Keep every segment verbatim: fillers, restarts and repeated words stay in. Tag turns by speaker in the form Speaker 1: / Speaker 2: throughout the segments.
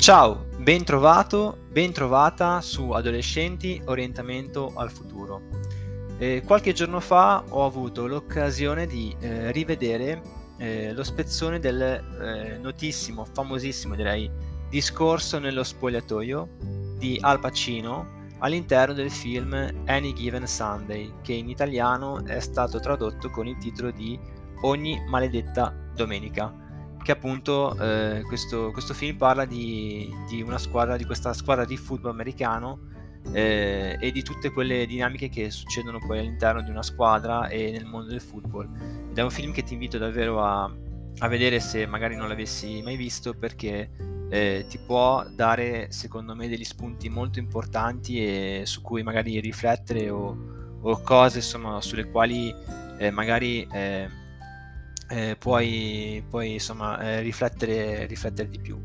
Speaker 1: Ciao, ben trovato, ben trovata su Adolescenti Orientamento al futuro. Eh, qualche giorno fa ho avuto l'occasione di eh, rivedere eh, lo spezzone del eh, notissimo, famosissimo direi, discorso nello spogliatoio di Al Pacino all'interno del film Any Given Sunday, che in italiano è stato tradotto con il titolo di Ogni maledetta domenica. Che appunto eh, questo, questo film parla di, di una squadra, di questa squadra di football americano eh, e di tutte quelle dinamiche che succedono poi all'interno di una squadra e nel mondo del football. Ed è un film che ti invito davvero a, a vedere se magari non l'avessi mai visto, perché eh, ti può dare secondo me degli spunti molto importanti e su cui magari riflettere o, o cose insomma sulle quali eh, magari eh, eh, puoi, puoi insomma eh, riflettere, riflettere di più.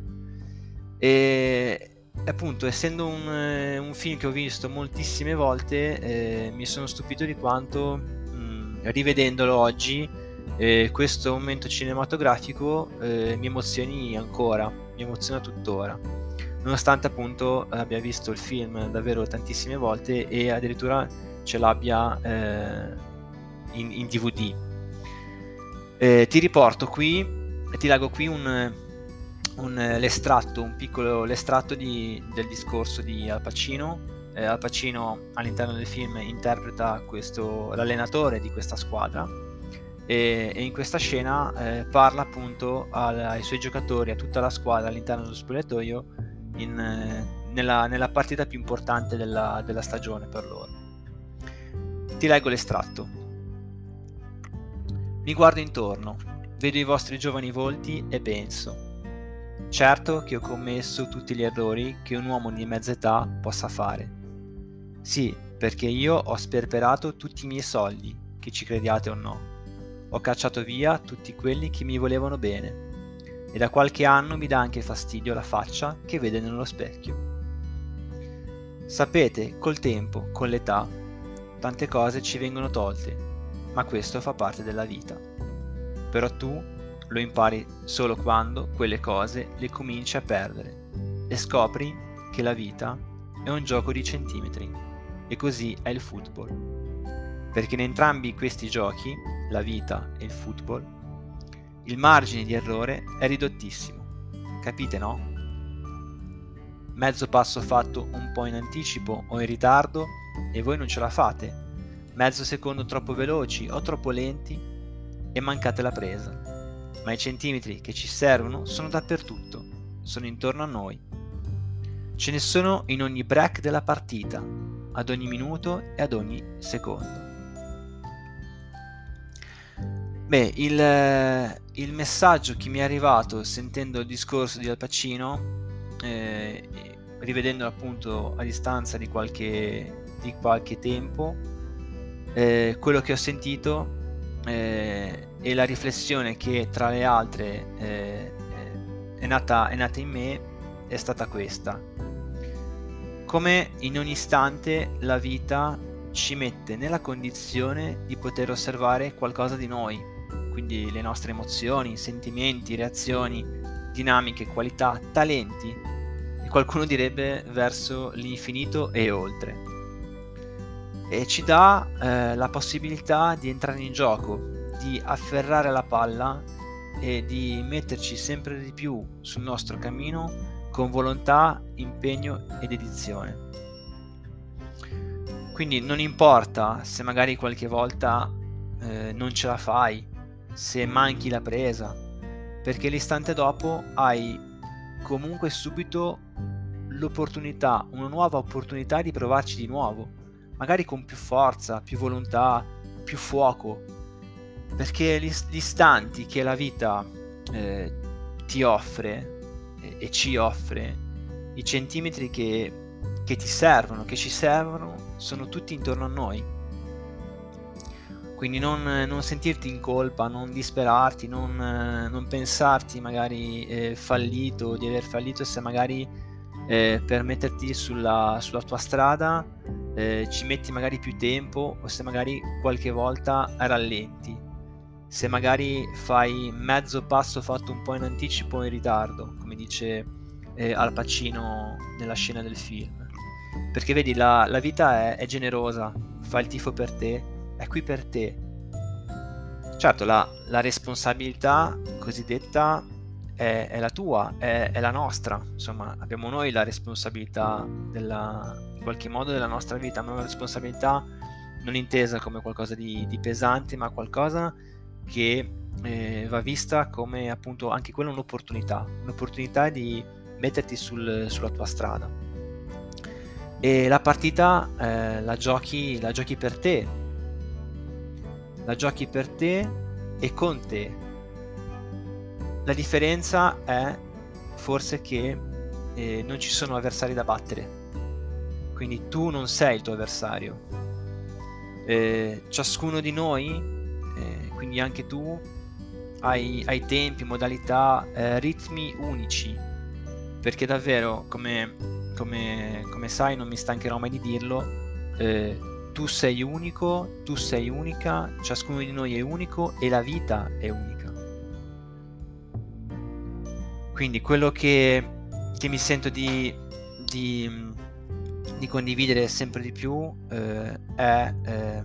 Speaker 1: E appunto, essendo un, eh, un film che ho visto moltissime volte, eh, mi sono stupito di quanto mh, rivedendolo oggi eh, questo momento cinematografico eh, mi emozioni ancora, mi emoziona tuttora, nonostante appunto abbia visto il film davvero tantissime volte e addirittura ce l'abbia eh, in, in D V D. Eh, ti riporto qui e ti leggo qui un, un, l'estratto, un piccolo l'estratto di, del discorso di Al Pacino. Eh, Al Pacino all'interno del film interpreta questo, l'allenatore di questa squadra e, e in questa scena eh, parla appunto al, ai suoi giocatori, a tutta la squadra all'interno dello spogliatoio in, eh, nella, nella partita più importante della, della stagione per loro. Ti leggo l'estratto. Mi guardo intorno, vedo i vostri giovani volti e penso: certo che ho commesso tutti gli errori che un uomo di mezza età possa fare. Sì, perché io ho sperperato tutti i miei soldi, che ci crediate o no. Ho cacciato via tutti quelli che mi volevano bene. E da qualche anno mi dà anche fastidio la faccia che vede nello specchio. Sapete, col tempo, con l'età, tante cose ci vengono tolte, ma questo fa parte della vita. Però tu lo impari solo quando quelle cose le cominci a perdere e scopri che la vita è un gioco di centimetri, e così è il football. Perché in entrambi questi giochi, la vita e il football, il margine di errore è ridottissimo. Capite, no? Mezzo passo fatto un po' in anticipo o in ritardo e voi non ce la fate. Mezzo secondo troppo veloci o troppo lenti e mancate la presa. Ma i centimetri che ci servono sono dappertutto, sono intorno a noi. Ce ne sono in ogni break della partita, ad ogni minuto e ad ogni secondo. Beh, il, il messaggio che mi è arrivato sentendo il discorso di Al Pacino, eh, rivedendolo appunto a distanza di qualche, di qualche tempo, Eh, quello che ho sentito eh, e la riflessione che tra le altre eh, è, nata, è nata in me è stata questa: come in ogni istante la vita ci mette nella condizione di poter osservare qualcosa di noi, quindi le nostre emozioni, sentimenti, reazioni, dinamiche, qualità, talenti, e qualcuno direbbe verso l'infinito e oltre. E ci dà eh, la possibilità di entrare in gioco, di afferrare la palla e di metterci sempre di più sul nostro cammino con volontà, impegno e dedizione. Quindi non importa se magari qualche volta eh, non ce la fai, se manchi la presa, perché l'istante dopo hai comunque subito l'opportunità, una nuova opportunità di provarci di nuovo, magari con più forza, più volontà, più fuoco, perché gli, gli istanti che la vita eh, ti offre e, e ci offre, i centimetri che, che ti servono, che ci servono, sono tutti intorno a noi. Quindi non, non sentirti in colpa, non disperarti, non, non pensarti magari eh, fallito, di aver fallito se magari eh, per metterti sulla, sulla tua strada Eh, ci metti magari più tempo, o se magari qualche volta rallenti, se magari fai mezzo passo fatto un po' in anticipo o in ritardo, come dice eh, Al Pacino nella scena del film. Perché vedi, la, la vita è, è generosa, fa il tifo per te, è qui per te. Certo, la, la responsabilità cosiddetta è, è la tua, è, è la nostra. Insomma, abbiamo noi la responsabilità della, in qualche modo della nostra vita, ma una responsabilità non intesa come qualcosa di, di pesante, ma qualcosa che eh, va vista come appunto anche quella un'opportunità, un'opportunità di metterti sul, sulla tua strada. E la partita eh, la giochi, la giochi per te, la giochi per te e con te. La differenza è forse che eh, non ci sono avversari da battere, quindi tu non sei il tuo avversario. Eh, ciascuno di noi, eh, quindi anche tu, hai, hai tempi, modalità, eh, ritmi unici, perché davvero, come, come, come sai, non mi stancherò mai di dirlo, eh, tu sei unico, tu sei unica, ciascuno di noi è unico e la vita è unica. Quindi quello che, che mi sento di, di, di condividere sempre di più eh, è eh,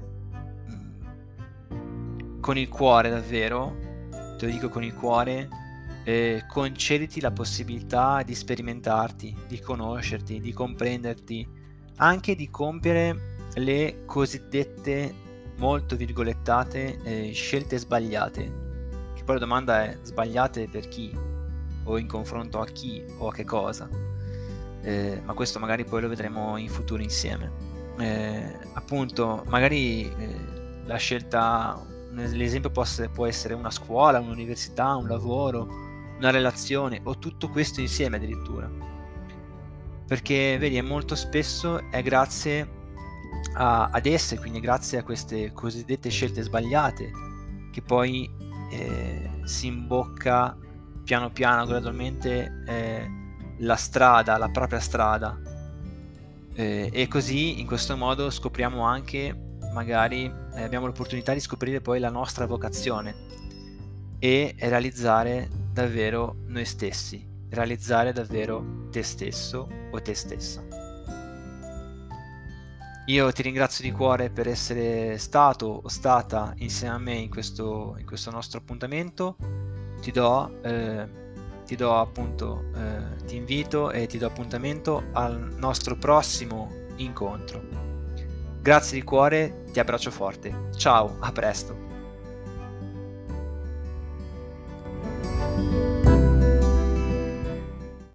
Speaker 1: con il cuore, davvero, te lo dico con il cuore, eh, concediti la possibilità di sperimentarti, di conoscerti, di comprenderti, anche di compiere le cosiddette, molto virgolettate, eh, scelte sbagliate, che poi la domanda è: sbagliate per chi? O in confronto a chi o a che cosa? Eh, ma questo magari poi lo vedremo in futuro insieme. Eh, appunto, magari eh, la scelta, l'esempio può essere, può essere una scuola, un'università, un lavoro, una relazione, o tutto questo insieme addirittura. Perché vedi, molto spesso è grazie a, ad esse, quindi grazie a queste cosiddette scelte sbagliate, che poi eh, si imbocca piano piano, gradualmente, eh, la strada, la propria strada, eh, e così in questo modo scopriamo anche, magari eh, abbiamo l'opportunità di scoprire poi la nostra vocazione e realizzare davvero noi stessi, realizzare davvero te stesso o te stessa. Io ti ringrazio di cuore per essere stato o stata insieme a me in questo, in questo nostro appuntamento. Ti do, eh, ti do appunto, eh, ti invito e ti do appuntamento al nostro prossimo incontro. Grazie di cuore, ti abbraccio forte. Ciao, a presto.